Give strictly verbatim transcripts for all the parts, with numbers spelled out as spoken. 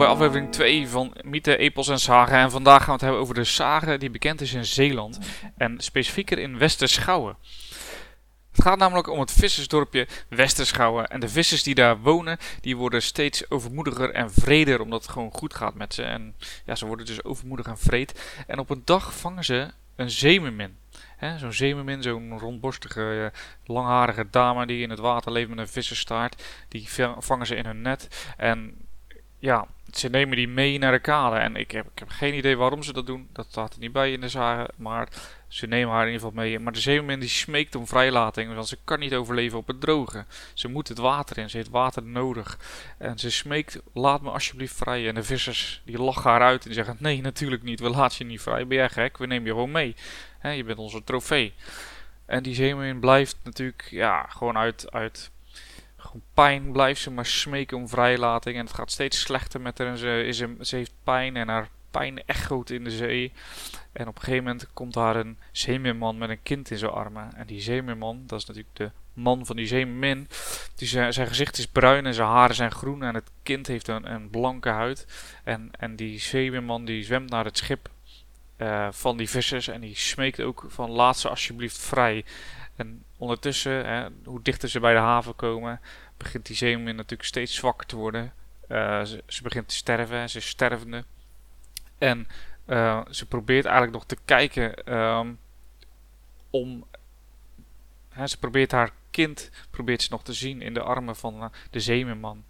aflevering twee van Mythen, Epos en Sagen. En vandaag gaan we het hebben over de sage die bekend is in Zeeland. En specifieker in Westerschouwen. Het gaat namelijk om het vissersdorpje Westerschouwen. En de vissers die daar wonen, die worden steeds overmoediger en vreder. Omdat het gewoon goed gaat met ze. En ja, ze worden dus overmoedig en vreed. En op een dag vangen ze een zeemermin. He, zo'n zeemermin, zo'n rondborstige, uh, langharige dame die in het water leeft met een visserstaart. Die vangen ze in hun net. En ja, ze nemen die mee naar de kade. En ik heb, ik heb geen idee waarom ze dat doen. Dat staat er niet bij in de sage. Maar ze nemen haar in ieder geval mee. Maar de zeemermin die smeekt om vrijlating. Want ze kan niet overleven op het droge. Ze moet het water in. Ze heeft water nodig. En ze smeekt, laat me alsjeblieft vrij. En de vissers die lachen haar uit. En die zeggen, nee natuurlijk niet. We laten je niet vrij. Ben jij gek? We nemen je gewoon mee. He, je bent onze trofee. En die zeemermin blijft natuurlijk, ja, gewoon uit... uit Gewoon pijn, blijft ze maar smeken om vrijlating. En het gaat steeds slechter met haar. En ze, is een, ze heeft pijn en haar pijn echoot in de zee. En op een gegeven moment komt daar een zeemeerman met een kind in zijn armen. En die zeemeerman, dat is natuurlijk de man van die zeemermin. Die zijn, zijn gezicht is bruin en zijn haren zijn groen. En het kind heeft een, een blanke huid. En, en die zeemeerman die zwemt naar het schip uh, van die vissers. En die smeekt ook van laat ze alsjeblieft vrij. En ondertussen, hè, hoe dichter ze bij de haven komen, begint die zeemermin natuurlijk steeds zwakker te worden. Uh, ze, ze begint te sterven, ze is stervende. En uh, ze probeert eigenlijk nog te kijken um, om... Hè, ze probeert haar kind probeert ze nog te zien in de armen van uh, de zeemerman.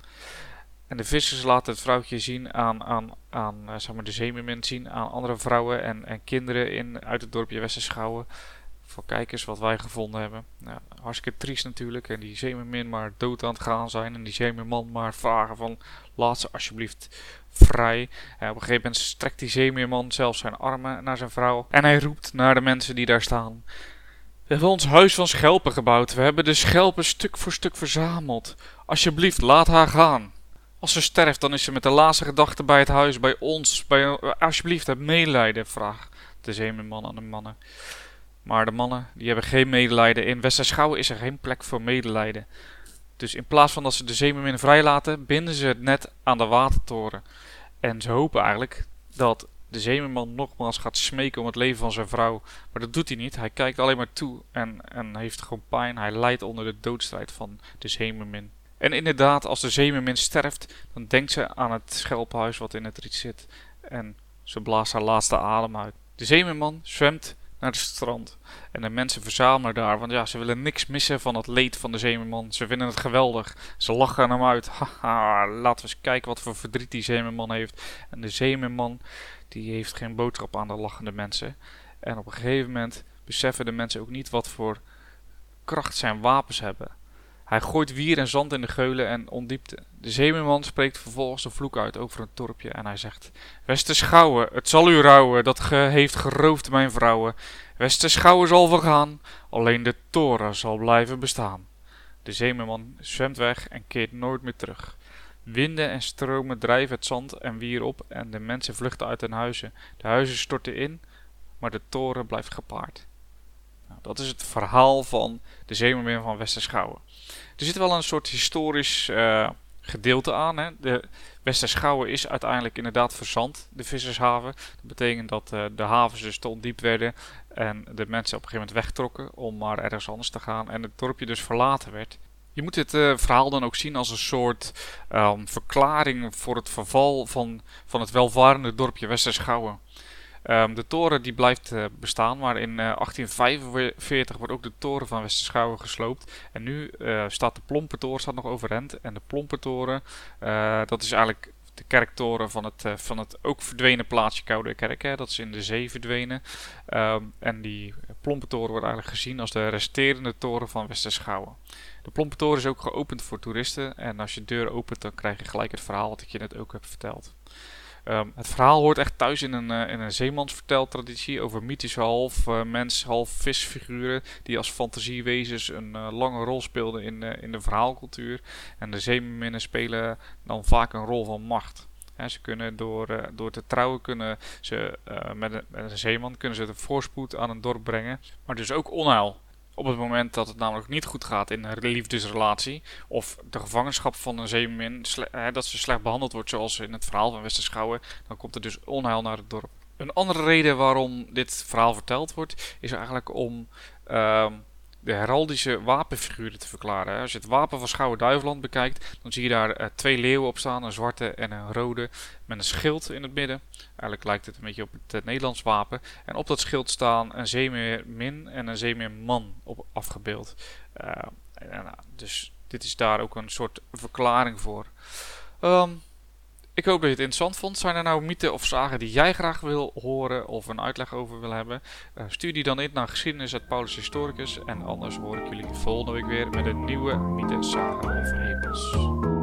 En de vissers laten het vrouwtje zien aan, aan, aan uh, zeg maar de zeemermin zien aan andere vrouwen en, en kinderen in, uit het dorpje Westerschouwen. Voor kijkers wat wij gevonden hebben. Nou, hartstikke triest natuurlijk. En die zeemermin maar dood aan het gaan zijn. En die zeemerman maar vragen van laat ze alsjeblieft vrij. En op een gegeven moment strekt die zeemerman zelfs zijn armen naar zijn vrouw. En hij roept naar de mensen die daar staan. We hebben ons huis van schelpen gebouwd. We hebben de schelpen stuk voor stuk verzameld. Alsjeblieft, laat haar gaan. Als ze sterft, dan is ze met de laatste gedachte bij het huis, bij ons. Bij, alsjeblieft, heb medelijden, vraagt de zeemerman aan de mannen. Maar de mannen die hebben geen medelijden. In Westerschouwen is er geen plek voor medelijden. Dus in plaats van dat ze de zeemermin vrijlaten, binden ze het net aan de watertoren. En ze hopen eigenlijk dat de zeemerman nogmaals gaat smeken om het leven van zijn vrouw. Maar dat doet hij niet. Hij kijkt alleen maar toe en, en heeft gewoon pijn. Hij lijdt onder de doodstrijd van de zeemermin. En inderdaad, als de zeemermin sterft, dan denkt ze aan het schelpenhuis wat in het riet zit. En ze blaast haar laatste adem uit. De zeemerman zwemt naar het strand. En de mensen verzamelen daar. Want ja, ze willen niks missen van het leed van de zeemerman. Ze vinden het geweldig. Ze lachen hem uit. Haha, laten we eens kijken wat voor verdriet die zeemerman heeft. En de zeemerman, die heeft geen boodschap aan de lachende mensen. En op een gegeven moment beseffen de mensen ook niet wat voor kracht zijn wapens hebben. Hij gooit wier en zand in de geulen en ondiepte. De zeemerman spreekt vervolgens een vloek uit over het dorpje en hij zegt: Westerschouwen, het zal u rouwen dat ge heeft geroofd mijn vrouwen. Westerschouwen zal vergaan, alleen de toren zal blijven bestaan. De zeemerman zwemt weg en keert nooit meer terug. Winden en stromen drijven het zand en wier op en de mensen vluchten uit hun huizen. De huizen storten in, maar de toren blijft gepaard. Nou, dat is het verhaal van de zeemermin van Westerschouwen. Er zit wel een soort historisch uh, gedeelte aan. Hè. De Westerschouwen is uiteindelijk inderdaad verzand, de vissershaven. Dat betekent dat uh, de havens dus te ondiep werden en de mensen op een gegeven moment wegtrokken om maar ergens anders te gaan en het dorpje dus verlaten werd. Je moet dit uh, verhaal dan ook zien als een soort um, verklaring voor het verval van, van het welvarende dorpje Westerschouwen. Um, de toren die blijft uh, bestaan, maar in uh, achttien vijfenveertig wordt ook de toren van Westerschouwen gesloopt. En nu uh, staat de Plompertoren staat nog overeind. En de Plompertoren, uh, dat is eigenlijk de kerktoren van het, uh, van het ook verdwenen plaatsje Kouderkerk. Hè. Dat is in de zee verdwenen. Um, en die Plompertoren wordt eigenlijk gezien als de resterende toren van Westerschouwen. De Plompertoren is ook geopend voor toeristen. En als je de deur opent, dan krijg je gelijk het verhaal wat ik je net ook heb verteld. Um, het verhaal hoort echt thuis in een, uh, in een zeemansverteltraditie over mythische half uh, mens, half visfiguren die als fantasiewezens een uh, lange rol speelden in, uh, in de verhaalcultuur. En de zeemerminnen spelen dan vaak een rol van macht. He, ze kunnen door, uh, door te trouwen kunnen ze, uh, met, een, met een zeeman kunnen ze de voorspoed aan een dorp brengen, maar dus ook onheil. Op het moment dat het namelijk niet goed gaat in een liefdesrelatie, of de gevangenschap van een zeemermin, hè, dat ze slecht behandeld wordt zoals in het verhaal van Westerschouwen, dan komt er dus onheil naar het dorp. Een andere reden waarom dit verhaal verteld wordt, is eigenlijk om uh, de heraldische wapenfiguren te verklaren. Als je het wapen van Schouwen-Duiveland bekijkt, dan zie je daar uh, twee leeuwen op staan, een zwarte en een rode, met een schild in het midden. Eigenlijk lijkt het een beetje op het uh, Nederlands wapen. En op dat schild staan een zeemeermin en een zeemeerman op afgebeeld. Uh, en, uh, dus dit is daar ook een soort verklaring voor. Um, Ik hoop dat je het interessant vond. Zijn er nou mythen of zagen die jij graag wil horen of een uitleg over wil hebben? Uh, stuur die dan in naar geschiedenis uit Paulus Historicus. En anders hoor ik jullie volgende week weer met een nieuwe mythe, zagen of epos.